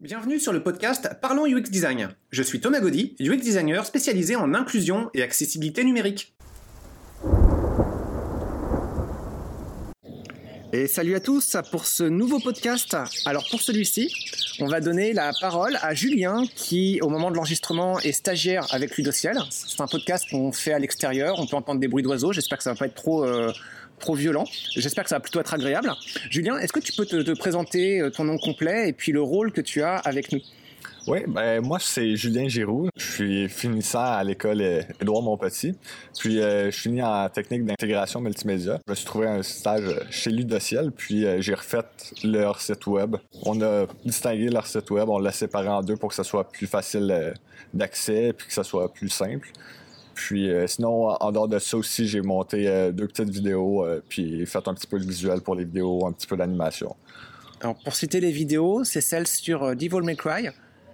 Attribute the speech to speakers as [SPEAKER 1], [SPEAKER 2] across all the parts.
[SPEAKER 1] Bienvenue sur le podcast Parlons UX Design. Je suis Thomas Gaudy, UX designer spécialisé en inclusion et accessibilité numérique. Et salut à tous pour ce nouveau podcast. Alors pour celui-ci, on va donner la parole à Julien qui, au moment de l'enregistrement, est stagiaire avec Ludociel. C'est un podcast qu'on fait à l'extérieur, on peut entendre des bruits d'oiseaux, j'espère que ça va pas être trop violent. J'espère que ça va plutôt être agréable. Julien, est-ce que tu peux te présenter ton nom complet et puis le rôle que tu as avec nous?
[SPEAKER 2] Oui, moi c'est Julien Giroux. Je suis finissant à l'école Édouard-Montpetit. Puis je finis en technique d'intégration multimédia. Je me suis trouvé un stage chez Ludociel, puis j'ai refait leur site web. On a distingué leur site web, on l'a séparé en deux pour que ça soit plus facile d'accès puis que ça soit plus simple. Puis sinon, en dehors de ça aussi, j'ai monté deux petites vidéos puis fait un petit peu de visuel pour les vidéos, un petit peu d'animation.
[SPEAKER 1] Alors pour citer les vidéos, c'est celle sur Devil May Cry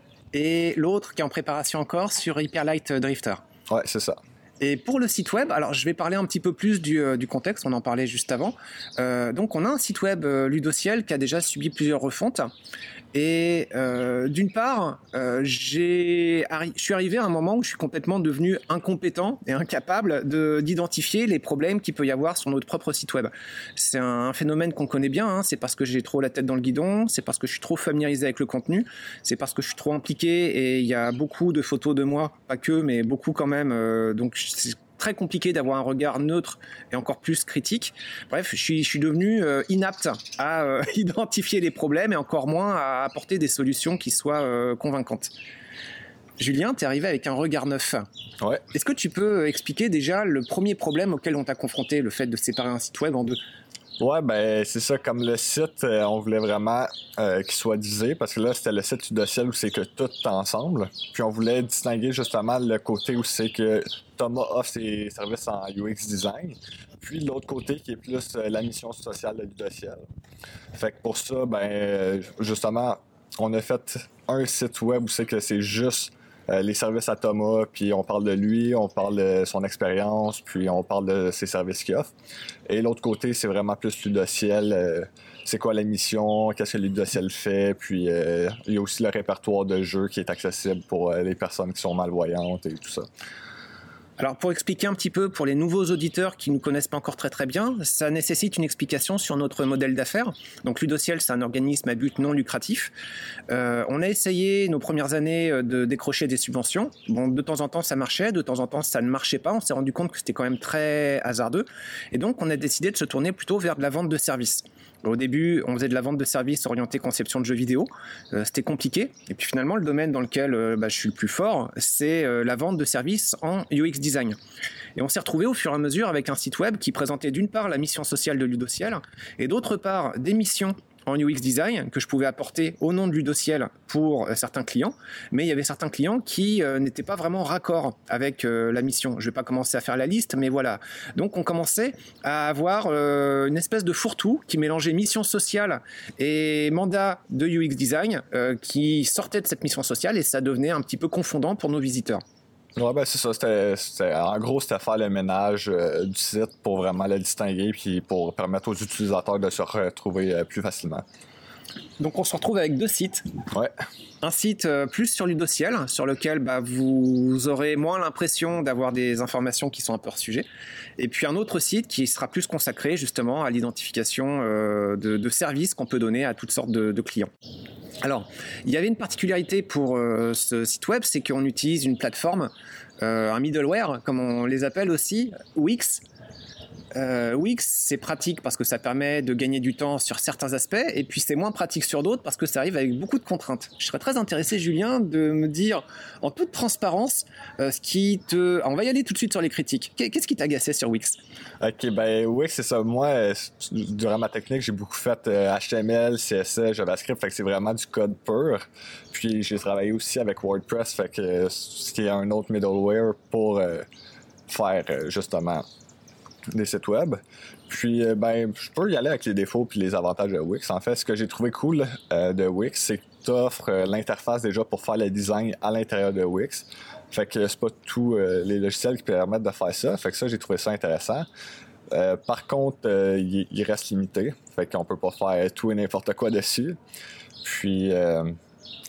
[SPEAKER 1] et l'autre qui est en préparation encore sur Hyper Light Drifter.
[SPEAKER 2] Ouais, c'est ça.
[SPEAKER 1] Et pour le site web, alors je vais parler un petit peu plus du contexte, on en parlait juste avant. Donc on a un site web Ludociel qui a déjà subi plusieurs refontes. Et d'une part, je suis arrivé à un moment où je suis complètement devenu incompétent et incapable d'identifier les problèmes qu'il peut y avoir sur notre propre site web. C'est un phénomène qu'on connaît bien, hein. C'est parce que j'ai trop la tête dans le guidon, c'est parce que je suis trop familiarisé avec le contenu, c'est parce que je suis trop impliqué et il y a beaucoup de photos de moi, pas que, mais beaucoup quand même. Donc c'est très compliqué d'avoir un regard neutre et encore plus critique. Bref, je suis devenu inapte à identifier les problèmes et encore moins à apporter des solutions qui soient convaincantes. Julien, tu es arrivé avec un regard neuf.
[SPEAKER 2] Ouais.
[SPEAKER 1] Est-ce que tu peux expliquer déjà le premier problème auquel on t'a confronté, le fait de séparer un site web en deux?
[SPEAKER 2] Ouais, c'est ça. Comme le site, on voulait vraiment qu'il soit divisé parce que là, c'était le site Ludociel où c'est que tout est ensemble. Puis on voulait distinguer justement le côté où c'est que Thomas offre ses services en UX design, puis l'autre côté qui est plus la mission sociale de Ludociel. Fait que pour ça, justement, on a fait un site web où c'est que c'est juste les services à Thomas, puis on parle de lui, on parle de son expérience, puis on parle de ses services qu'il offre. Et l'autre côté, c'est vraiment plus Ludociel. C'est quoi la mission, qu'est-ce que Ludociel fait, puis il y a aussi le répertoire de jeux qui est accessible pour les personnes qui sont malvoyantes et tout ça.
[SPEAKER 1] Alors pour expliquer un petit peu pour les nouveaux auditeurs qui ne nous connaissent pas encore très bien, ça nécessite une explication sur notre modèle d'affaires. Donc Ludociel, c'est un organisme à but non lucratif. On a essayé nos premières années de décrocher des subventions. Bon, de temps en temps ça marchait, de temps en temps ça ne marchait pas. On s'est rendu compte que c'était quand même très hasardeux. Et donc on a décidé de se tourner plutôt vers de la vente de services. Au début, on faisait de la vente de services orientée conception de jeux vidéo. C'était compliqué. Et puis finalement, le domaine dans lequel je suis le plus fort, c'est la vente de services en UX design. Et on s'est retrouvé au fur et à mesure avec un site web qui présentait d'une part la mission sociale de Ludociel et d'autre part des missions en UX design que je pouvais apporter au nom de Ludociel pour certains clients, mais il y avait certains clients qui n'étaient pas vraiment raccord avec la mission. Je ne vais pas commencer à faire la liste, mais voilà. Donc on commençait à avoir une espèce de fourre-tout qui mélangeait mission sociale et mandat de UX design qui sortait de cette mission sociale et ça devenait un petit peu confondant pour nos visiteurs.
[SPEAKER 2] Ouais, c'est ça. En gros, c'était faire le ménage du site pour vraiment le distinguer puis pour permettre aux utilisateurs de se retrouver plus facilement.
[SPEAKER 1] Donc on se retrouve avec deux sites.
[SPEAKER 2] Ouais.
[SPEAKER 1] Un site plus sur Ludociel, sur lequel vous aurez moins l'impression d'avoir des informations qui sont un peu hors sujet. Et puis un autre site qui sera plus consacré justement à l'identification de services qu'on peut donner à toutes sortes de clients. Alors, il y avait une particularité pour ce site web, c'est qu'on utilise une plateforme, un middleware, comme on les appelle aussi, Wix. Wix, c'est pratique parce que ça permet de gagner du temps sur certains aspects, et puis c'est moins pratique sur d'autres parce que ça arrive avec beaucoup de contraintes. Je serais très intéressé, Julien, de me dire en toute transparence ce qui te... On va y aller tout de suite sur les critiques. Qu'est-ce qui t'agaçait sur Wix?
[SPEAKER 2] OK, Wix, c'est ça. Moi, durant ma technique, j'ai beaucoup fait HTML, CSS, JavaScript, fait que c'est vraiment du code pur. Puis j'ai travaillé aussi avec WordPress, fait que c'est un autre middleware pour faire justement des sites web. Puis, je peux y aller avec les défauts puis les avantages de Wix. En fait, ce que j'ai trouvé cool de Wix, c'est que tu offres l'interface déjà pour faire le design à l'intérieur de Wix. Fait que c'est pas tous les logiciels qui permettent de faire ça. Fait que ça, j'ai trouvé ça intéressant. Par contre, il reste limité. Fait qu'on peut pas faire tout et n'importe quoi dessus. Puis,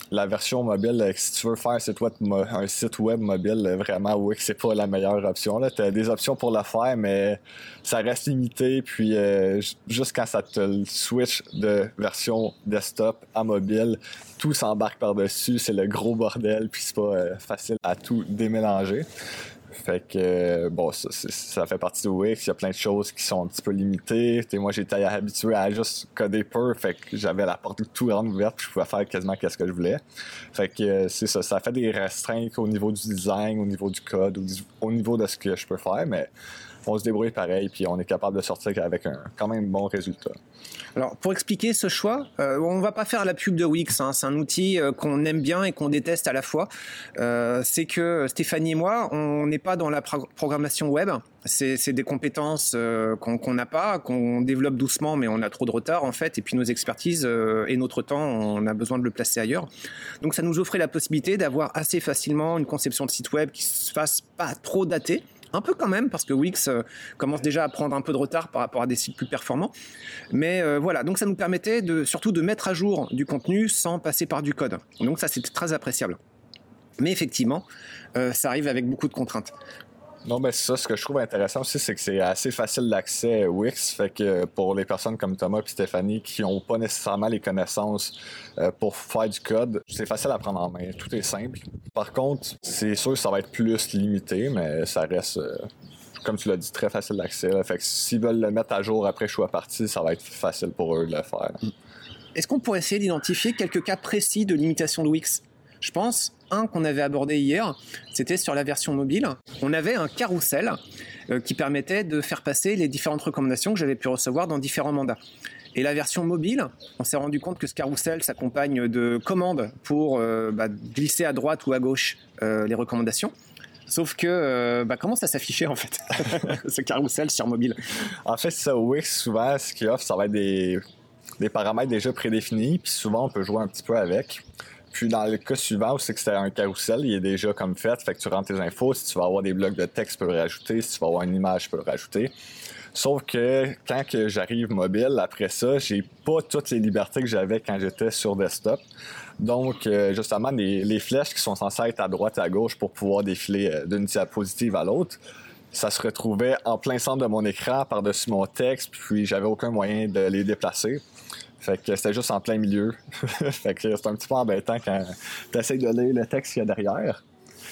[SPEAKER 2] la version mobile, si tu veux faire un site web mobile, vraiment, Wix, c'est pas la meilleure option. Tu as des options pour le faire, mais ça reste limité. Puis, juste quand ça te le switch de version desktop à mobile, tout s'embarque par-dessus. C'est le gros bordel, puis c'est pas facile à tout démélanger. Fait que, bon, ça fait partie de Wix. Il y a plein de choses qui sont un petit peu limitées. Moi, j'étais habitué à juste coder peu. Fait que j'avais la porte tout grande ouverte puis je pouvais faire quasiment ce que je voulais. Fait que c'est ça. Ça fait des restreintes au niveau du design, au niveau du code, au niveau de ce que je peux faire. Mais on se débrouille pareil puis on est capable de sortir avec un quand même bon résultat.
[SPEAKER 1] Alors, pour expliquer ce choix, on va pas faire la pub de Wix, hein. C'est un outil qu'on aime bien et qu'on déteste à la fois. C'est que Stéphanie et moi, on n'est pas dans la programmation web. C'est des compétences qu'on n'a pas, qu'on développe doucement, mais on a trop de retard en fait. Et puis nos expertises et notre temps, on a besoin de le placer ailleurs. Donc ça nous offrait la possibilité d'avoir assez facilement une conception de site web qui se fasse pas trop datée. Un peu quand même, parce que Wix commence déjà à prendre un peu de retard par rapport à des sites plus performants. Mais voilà, donc ça nous permettait surtout de mettre à jour du contenu sans passer par du code. Donc ça, c'était très appréciable. Mais effectivement, ça arrive avec beaucoup de contraintes.
[SPEAKER 2] Non, ben c'est ça. Ce que je trouve intéressant aussi, c'est que c'est assez facile d'accès Wix. Fait que pour les personnes comme Thomas et Stéphanie qui n'ont pas nécessairement les connaissances pour faire du code, c'est facile à prendre en main. Tout est simple. Par contre, c'est sûr que ça va être plus limité, mais ça reste, comme tu l'as dit, très facile d'accès. Fait que s'ils veulent le mettre à jour après que je sois parti, ça va être facile pour eux de le faire.
[SPEAKER 1] Est-ce qu'on pourrait essayer d'identifier quelques cas précis de limitation de Wix ? Je pense, un qu'on avait abordé hier, c'était sur la version mobile. On avait un carrousel qui permettait de faire passer les différentes recommandations que j'avais pu recevoir dans différents mandats. Et la version mobile, on s'est rendu compte que ce carrousel s'accompagne de commandes pour glisser à droite ou à gauche les recommandations. Sauf que, comment ça s'affichait en fait, ce carrousel sur mobile?
[SPEAKER 2] En fait, ça, Wix, souvent, ce qu'il offre, ça va être des paramètres déjà prédéfinis, puis souvent, on peut jouer un petit peu avec. Puis dans le cas suivant, où c'est que c'était un carrousel, il est déjà comme fait que tu rentres tes infos. Si tu vas avoir des blocs de texte, tu peux le rajouter. Si tu vas avoir une image, tu peux le rajouter. Sauf que quand j'arrive mobile, après ça, j'ai pas toutes les libertés que j'avais quand j'étais sur desktop. Donc, justement, les flèches qui sont censées être à droite et à gauche pour pouvoir défiler d'une diapositive à l'autre, ça se retrouvait en plein centre de mon écran, par-dessus mon texte, puis j'avais aucun moyen de les déplacer. Fait que c'était juste en plein milieu. Fait que c'est un petit peu embêtant quand tu essaies de lire le texte qu'il y a derrière.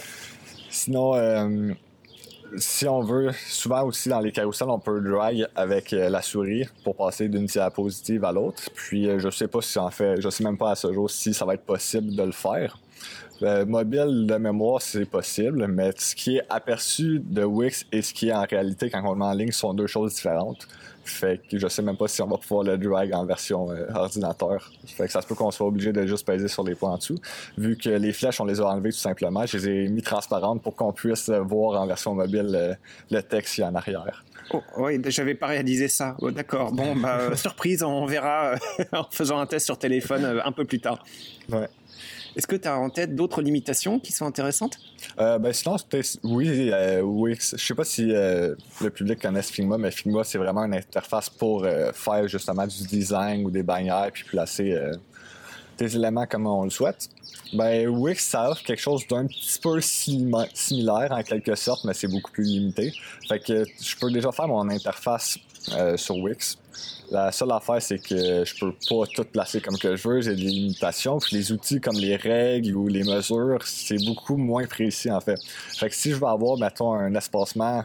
[SPEAKER 2] Sinon, si on veut, souvent aussi dans les carousels, on peut drag avec la souris pour passer d'une diapositive à l'autre. Puis je sais pas si je sais même pas à ce jour si ça va être possible de le faire. Mobile de mémoire, c'est possible, mais ce qui est aperçu de Wix et ce qui est en réalité quand on le met en ligne sont deux choses différentes. Fait que je sais même pas si on va pouvoir le drag en version ordinateur. Fait que ça se peut qu'on soit obligé de juste peser sur les points en dessous. Vu que les flèches, on les a enlevées tout simplement, je les ai mis transparentes pour qu'on puisse voir en version mobile le texte qui est en arrière.
[SPEAKER 1] Oh, oui, j'avais pas réalisé ça. Oh, d'accord. Bon, surprise, on verra en faisant un test sur téléphone un peu plus tard.
[SPEAKER 2] Ouais.
[SPEAKER 1] Est-ce que tu as en tête d'autres limitations qui sont intéressantes?
[SPEAKER 2] Sinon, oui, Wix. Je sais pas si le public connaît Figma, mais Figma, c'est vraiment une interface pour faire justement du design ou des bannières puis placer des éléments comme on le souhaite. Wix, ça offre quelque chose d'un petit peu similaire en quelque sorte, mais c'est beaucoup plus limité. Fait que je peux déjà faire mon interface sur Wix. La seule affaire, c'est que je peux pas tout placer comme que je veux. J'ai des limitations. Puis les outils comme les règles ou les mesures, c'est beaucoup moins précis, en fait. Fait que si je veux avoir, mettons, un espacement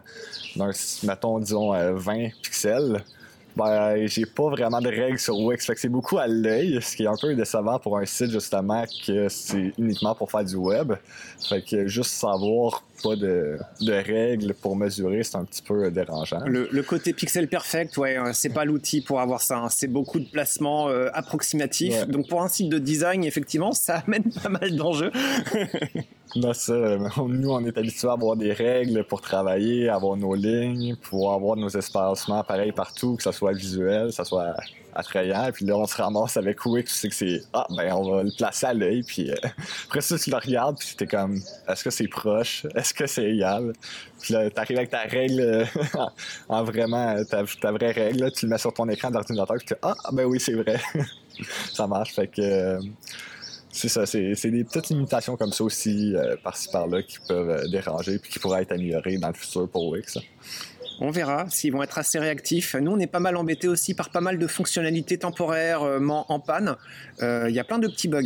[SPEAKER 2] disons, 20 pixels, j'ai pas vraiment de règles sur Wix. Fait que c'est beaucoup à l'œil, ce qui est un peu décevant pour un site, justement, que c'est uniquement pour faire du web. Fait que juste savoir pas de règles pour mesurer, c'est un petit peu dérangeant.
[SPEAKER 1] Le côté pixel perfect, ouais, c'est pas l'outil pour avoir ça. Hein. C'est beaucoup de placements approximatifs. Ouais. Donc pour un site de design, effectivement, ça amène pas mal d'enjeux.
[SPEAKER 2] Là, nous, on est habitués à avoir des règles pour travailler, avoir nos lignes, pouvoir avoir nos espacements pareil partout, que ça soit visuel, que ça soit attrayant. Puis là, on se ramasse avec Wix, tu sais que c'est on va le placer à l'œil. Puis après ça, tu le regardes, puis t'es comme, est-ce que c'est proche? Est-ce que c'est égal? Puis là, t'arrives avec ta règle en vraiment, ta vraie règle, là, tu le mets sur ton écran d'ordinateur, puis tu oui, c'est vrai. Ça marche. Fait que C'est ça, c'est des petites limitations comme ça aussi, par-ci par-là, qui peuvent déranger puis qui pourraient être améliorées dans le futur pour Wix.
[SPEAKER 1] On verra s'ils vont être assez réactifs. Nous, on est pas mal embêtés aussi par pas mal de fonctionnalités temporairement en panne. Il y a plein de petits bugs.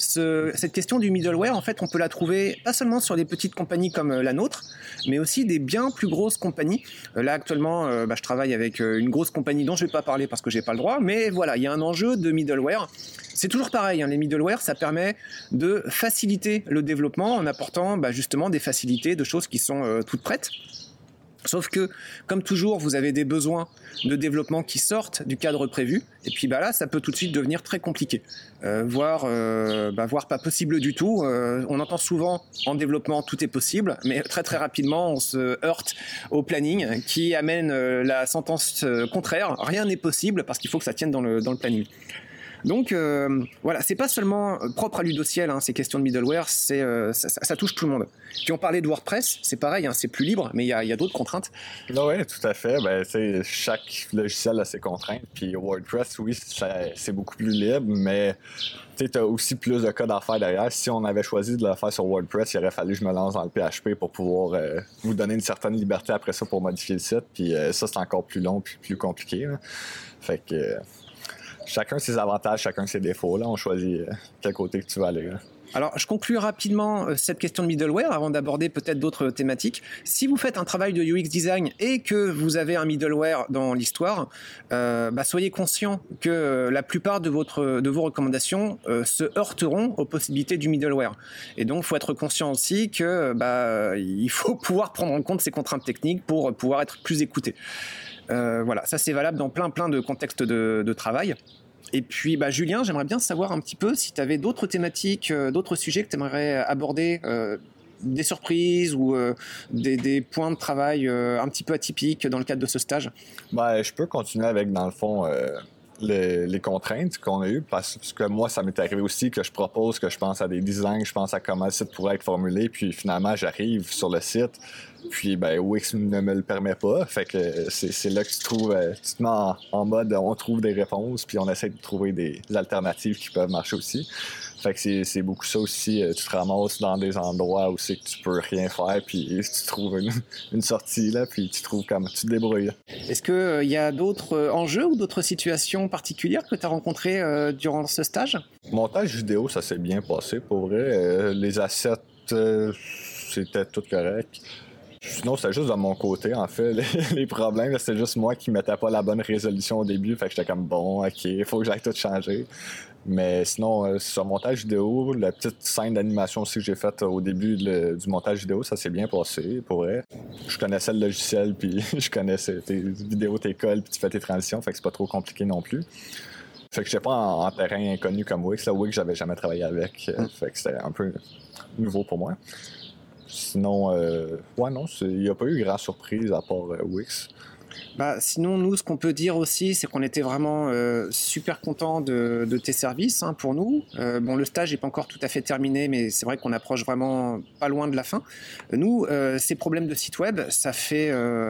[SPEAKER 1] Cette question du middleware, en fait, on peut la trouver pas seulement sur des petites compagnies comme la nôtre, mais aussi des bien plus grosses compagnies. Là, actuellement, je travaille avec une grosse compagnie dont je ne vais pas parler parce que j'ai pas le droit, mais voilà, il y a un enjeu de middleware. C'est toujours pareil, hein, les middleware, ça permet de faciliter le développement en apportant justement des facilités de choses qui sont toutes prêtes. Sauf que, comme toujours, vous avez des besoins de développement qui sortent du cadre prévu, et puis là, ça peut tout de suite devenir très compliqué, voire pas possible du tout. On entend souvent en développement tout est possible, mais très très rapidement, on se heurte au planning qui amène la sentence contraire. Rien n'est possible parce qu'il faut que ça tienne dans le planning. Donc voilà, c'est pas seulement propre à Ludociel, hein, ces questions de middleware, ça touche tout le monde. Puis on parlait de WordPress, c'est pareil, hein, c'est plus libre, mais il y a d'autres contraintes.
[SPEAKER 2] Oui, tout à fait. Chaque logiciel a ses contraintes. Puis WordPress, oui, c'est beaucoup plus libre, mais tu as aussi plus de code à faire derrière. Si on avait choisi de le faire sur WordPress, il aurait fallu que je me lance dans le PHP pour pouvoir vous donner une certaine liberté après ça pour modifier le site. Puis ça, c'est encore plus long puis plus compliqué. Là. Fait que... chacun ses avantages, chacun ses défauts. Là, on choisit quel côté que tu vas aller. Là.
[SPEAKER 1] Alors, je conclue rapidement cette question de middleware avant d'aborder peut-être d'autres thématiques. Si vous faites un travail de UX design et que vous avez un middleware dans l'histoire, soyez conscient que la plupart de vos recommandations se heurteront aux possibilités du middleware. Et donc, il faut être conscient aussi que il faut pouvoir prendre en compte ces contraintes techniques pour pouvoir être plus écouté. Voilà, ça c'est valable dans plein de contextes de travail. Et puis Julien, j'aimerais bien savoir un petit peu si tu avais d'autres thématiques, d'autres sujets que tu aimerais aborder, des surprises ou des points de travail un petit peu atypiques dans le cadre de ce stage.
[SPEAKER 2] Je peux continuer avec, dans le fond, les contraintes qu'on a eues, parce que moi, ça m'est arrivé aussi que je propose, que je pense à des designs, je pense à comment le site pourrait être formulé, puis finalement, j'arrive sur le site, puis Wix ne me le permet pas. Fait que c'est là que tu te mets en mode, on trouve des réponses, puis on essaie de trouver des alternatives qui peuvent marcher aussi. Fait que c'est beaucoup ça aussi. Tu te ramasses dans des endroits où c'est que tu peux rien faire, puis tu trouves une sortie, là, puis tu trouves comment tu te débrouilles.
[SPEAKER 1] Est-ce qu'il y a d'autres enjeux ou d'autres situations particulières que tu as rencontrées durant ce stage?
[SPEAKER 2] Montage vidéo, ça s'est bien passé, pour vrai. Les assets, c'était tout correct. Sinon, c'était juste de mon côté, en fait. Les problèmes, c'était juste moi qui mettais pas la bonne résolution au début. Fait que j'étais comme, bon, OK, il faut que j'aille tout changer. Mais sinon, sur montage vidéo, la petite scène d'animation aussi que j'ai faite au début du montage vidéo, ça s'est bien passé, pour vrai. Je connaissais le logiciel, puis je connaissais tes vidéos, tes colles, puis tu fais tes transitions, fait que c'est pas trop compliqué non plus. Fait que j'étais pas en terrain inconnu comme Wix. Là, Wix, j'avais jamais travaillé avec, fait que c'était un peu nouveau pour moi. Sinon, non, il n'y a pas eu grand surprise à part Wix.
[SPEAKER 1] Sinon, nous, ce qu'on peut dire aussi, c'est qu'on était vraiment super contents de tes services pour nous. Le stage n'est pas encore tout à fait terminé, mais c'est vrai qu'on approche vraiment pas loin de la fin. Nous, ces problèmes de site web, ça fait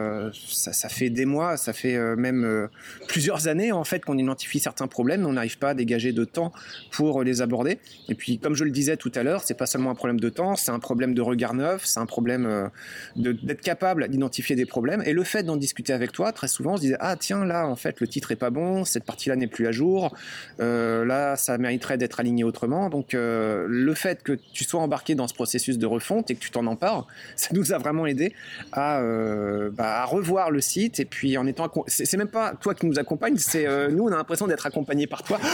[SPEAKER 1] des mois, ça fait même plusieurs années en fait qu'on identifie certains problèmes, on n'arrive pas à dégager de temps pour les aborder. Et puis, comme je le disais tout à l'heure, c'est pas seulement un problème de temps, c'est un problème de regard neuf, c'est un problème d'être capable d'identifier des problèmes. Et le fait d'en discuter avec toi, très souvent on se disait tiens, là en fait le titre est pas bon, cette partie-là n'est plus à jour, là ça mériterait d'être aligné autrement. Donc le fait que tu sois embarqué dans ce processus de refonte et que tu t'en empares, ça nous a vraiment aidé à revoir le site. Et puis en étant c'est même pas toi qui nous accompagne, c'est nous on a l'impression d'être accompagnés par toi.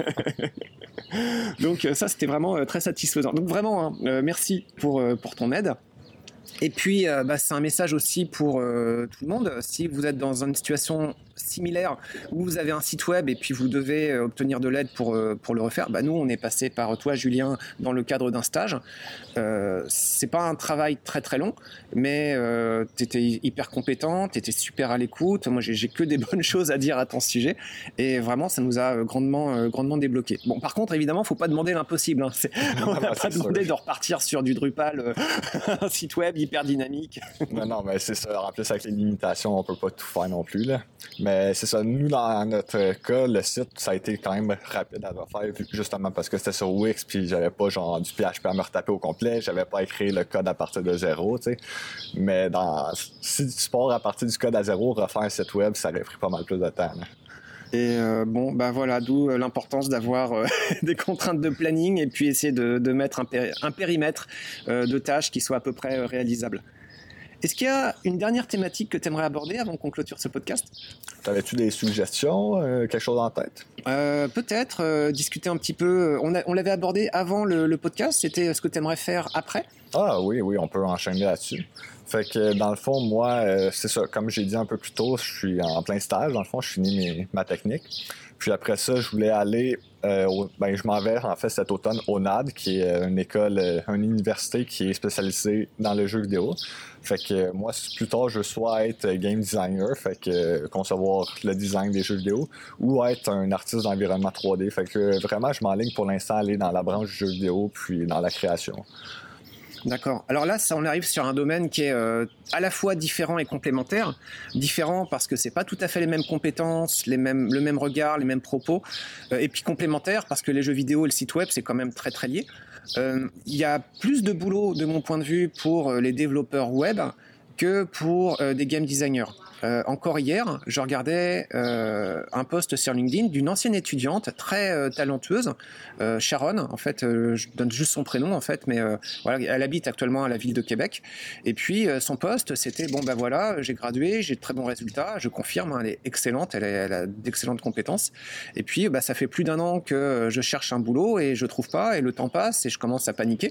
[SPEAKER 1] Donc ça c'était vraiment très satisfaisant. Donc vraiment merci pour ton aide. Et puis, c'est un message aussi pour tout le monde. Si vous êtes dans une situation similaire où vous avez un site web et puis vous devez obtenir de l'aide pour le refaire, nous, on est passé par toi, Julien, dans le cadre d'un stage. C'est pas un travail très très long, mais tu étais hyper compétent, tu étais super à l'écoute. Moi, j'ai que des bonnes choses à dire à ton sujet. Et vraiment, ça nous a grandement débloqué. Bon, par contre, évidemment, faut pas demander l'impossible. On va pas demander de repartir sur du Drupal, un site web hyper dynamique.
[SPEAKER 2] Non, mais c'est ça. En plus, avec les limitations, on peut pas tout faire non plus, là. Mais c'est ça, nous, dans notre cas, le site, ça a été quand même rapide à refaire, justement parce que c'était sur Wix, puis j'avais pas genre du PHP à me retaper au complet, j'avais pas écrit le code à partir de zéro, tu sais. Mais si tu pars à partir du code à zéro, refaire un site web, ça aurait pris pas mal plus de temps. Là.
[SPEAKER 1] Et bon, bah voilà, d'où l'importance d'avoir des contraintes de planning et puis essayer de mettre un périmètre de tâches qui soit à peu près réalisable. Est-ce qu'il y a une dernière thématique que tu aimerais aborder avant qu'on clôture ce podcast?
[SPEAKER 2] T'avais-tu des suggestions, quelque chose en tête?
[SPEAKER 1] Peut-être discuter un petit peu. On l'avait abordé avant le podcast, c'était ce que tu aimerais faire après?
[SPEAKER 2] Ah oui, on peut enchaîner là-dessus. Fait que dans le fond, moi, c'est ça, comme j'ai dit un peu plus tôt, je suis en plein stage. Dans le fond, je finis ma technique. Puis après ça, je voulais aller, je m'en vais en fait cet automne au NAD, qui est une école, une université qui est spécialisée dans le jeu vidéo. Fait que moi, plus tard, je souhaite être game designer, fait que concevoir le design des jeux vidéo, ou être un artiste d'environnement 3D. Fait que vraiment, je m'enligne pour l'instant aller dans la branche du jeu vidéo, puis dans la création.
[SPEAKER 1] D'accord. Alors là, on arrive sur un domaine qui est à la fois différent et complémentaire. Différent parce que c'est pas tout à fait les mêmes compétences, le même regard, les mêmes propos. Et puis complémentaire parce que les jeux vidéo et le site web, c'est quand même très très lié. Il y a plus de boulot, de mon point de vue, pour les développeurs web que pour des game designers. Encore hier, je regardais un post sur LinkedIn d'une ancienne étudiante très talentueuse, Sharon. En fait, je donne juste son prénom en fait, mais voilà, elle habite actuellement à la ville de Québec. Et puis son post, c'était bon ben voilà, j'ai gradué, j'ai de très bons résultats, je confirme, hein, elle est excellente, elle a d'excellentes compétences. Et puis ça fait plus d'1 an que je cherche un boulot et je trouve pas, et le temps passe et je commence à paniquer.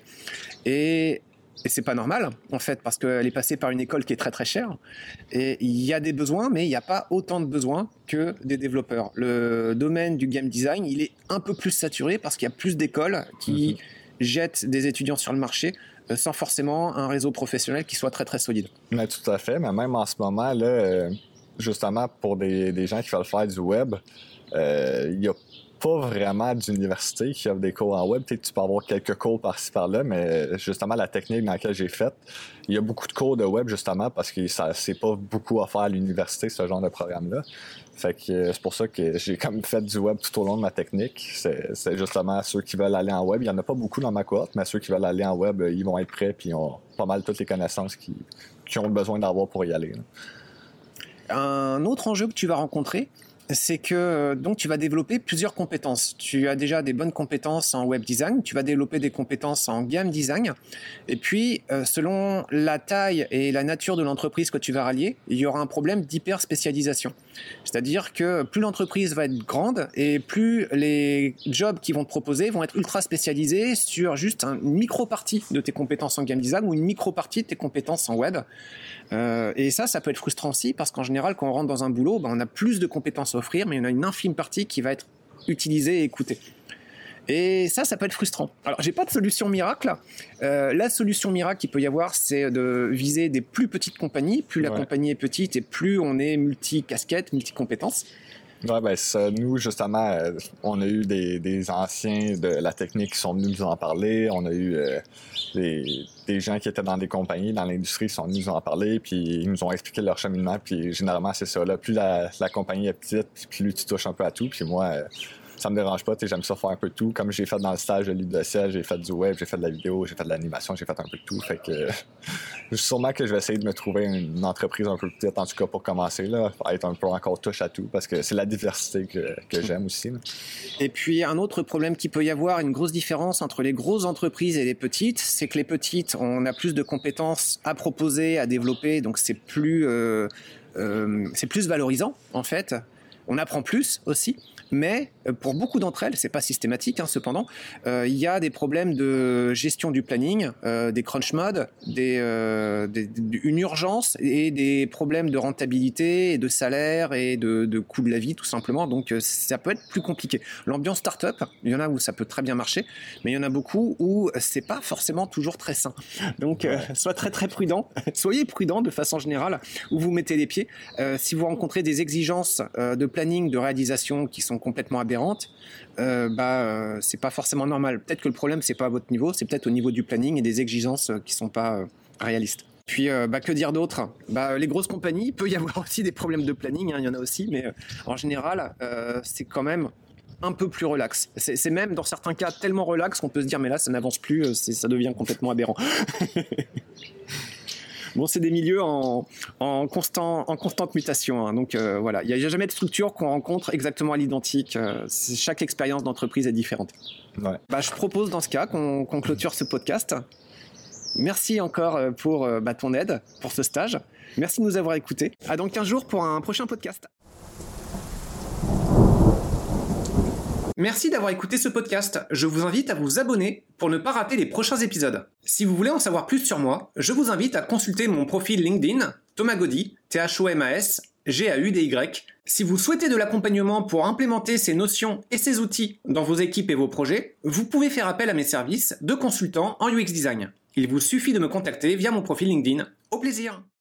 [SPEAKER 1] Et c'est pas normal, en fait, parce qu'elle est passée par une école qui est très très chère. Et il y a des besoins, mais il n'y a pas autant de besoins que des développeurs. Le domaine du game design, il est un peu plus saturé parce qu'il y a plus d'écoles qui jettent des étudiants sur le marché sans forcément un réseau professionnel qui soit très très solide.
[SPEAKER 2] Mais tout à fait, mais même en ce moment, là, justement, pour des gens qui veulent faire du web, il y a pas vraiment d'université qui offre des cours en web. Peut-être que tu peux avoir quelques cours par-ci par-là, mais justement, la technique dans laquelle j'ai fait, il y a beaucoup de cours de web justement parce que c'est pas beaucoup à faire à l'université, ce genre de programme-là. Fait que c'est pour ça que j'ai comme fait du web tout au long de ma technique. C'est justement ceux qui veulent aller en web. Il y en a pas beaucoup dans ma cohorte, mais ceux qui veulent aller en web, ils vont être prêts puis ils ont pas mal toutes les connaissances qu'ils ont besoin d'avoir pour y aller. Là.
[SPEAKER 1] Un autre enjeu que tu vas rencontrer, c'est que donc tu vas développer plusieurs compétences. Tu as déjà des bonnes compétences en web design, tu vas développer des compétences en game design, et puis selon la taille et la nature de l'entreprise que tu vas rallier, il y aura un problème d'hyper spécialisation. C'est-à-dire que plus l'entreprise va être grande et plus les jobs qu'ils vont te proposer vont être ultra spécialisés sur juste une micro-partie de tes compétences en game design ou une micro-partie de tes compétences en web. Et ça peut être frustrant aussi parce qu'en général, quand on rentre dans un boulot, on a plus de compétences à offrir, mais il y en a une infime partie qui va être utilisée et écoutée. Et ça peut être frustrant. Alors, j'ai pas de solution miracle. La solution miracle qu'il peut y avoir, c'est de viser des plus petites compagnies. Plus la compagnie est petite et plus on est multi-casquettes, multi-compétences.
[SPEAKER 2] Ouais, ça, nous, justement, on a eu des anciens de la technique qui sont venus nous en parler. On a eu des gens qui étaient dans des compagnies, dans l'industrie, qui sont venus nous en parler, puis ils nous ont expliqué leur cheminement. Puis généralement, c'est ça. Là, plus la compagnie est petite, plus tu touches un peu à tout. Puis moi, ça me dérange pas. J'aime ça faire un peu de tout. Comme j'ai fait dans le stage de l'Udociel, j'ai fait du web, j'ai fait de la vidéo, j'ai fait de l'animation, j'ai fait un peu de tout. Fait que sûrement que je vais essayer de me trouver une entreprise un peu petite, en tout cas pour commencer, là, être un peu encore touche à tout, parce que c'est la diversité que j'aime aussi. Là.
[SPEAKER 1] Et puis un autre problème qu'il peut y avoir, une grosse différence entre les grosses entreprises et les petites, c'est que les petites, on a plus de compétences à proposer, à développer, donc c'est plus valorisant en fait. On apprend plus aussi. Mais pour beaucoup d'entre elles, c'est pas systématique, cependant, il y a des problèmes de gestion du planning, des crunch modes, une urgence et des problèmes de rentabilité et de salaire et de coût de la vie, tout simplement. Donc ça peut être plus compliqué. L'ambiance start-up, il y en a où ça peut très bien marcher, mais il y en a beaucoup où c'est pas forcément toujours très sain. Donc soyez très très prudent, soyez prudent de façon générale où vous mettez les pieds. Si vous rencontrez des exigences de planning, de réalisation qui sont complètement aberrantes, c'est pas forcément normal. Peut-être que le problème c'est pas à votre niveau, c'est peut-être au niveau du planning et des exigences qui sont pas réalistes. Puis, que dire d'autre ? Les grosses compagnies, il peut y avoir aussi des problèmes de planning, il y en a aussi, mais en général, c'est quand même un peu plus relax. C'est même, dans certains cas, tellement relax qu'on peut se dire, mais là, ça n'avance plus, ça devient complètement aberrant. Bon, c'est des milieux en constante mutation, hein, donc voilà, il n'y a jamais de structure qu'on rencontre exactement à l'identique. Chaque expérience d'entreprise est différente.
[SPEAKER 2] Ouais.
[SPEAKER 1] Je propose dans ce cas qu'on clôture ce podcast. Merci encore pour ton aide pour ce stage. Merci de nous avoir écoutés. À dans 15 jours pour un prochain podcast. Merci d'avoir écouté ce podcast. Je vous invite à vous abonner pour ne pas rater les prochains épisodes. Si vous voulez en savoir plus sur moi, je vous invite à consulter mon profil LinkedIn, Thomas Gaudy, Thomas Gaudy. Si vous souhaitez de l'accompagnement pour implémenter ces notions et ces outils dans vos équipes et vos projets, vous pouvez faire appel à mes services de consultant en UX Design. Il vous suffit de me contacter via mon profil LinkedIn. Au plaisir!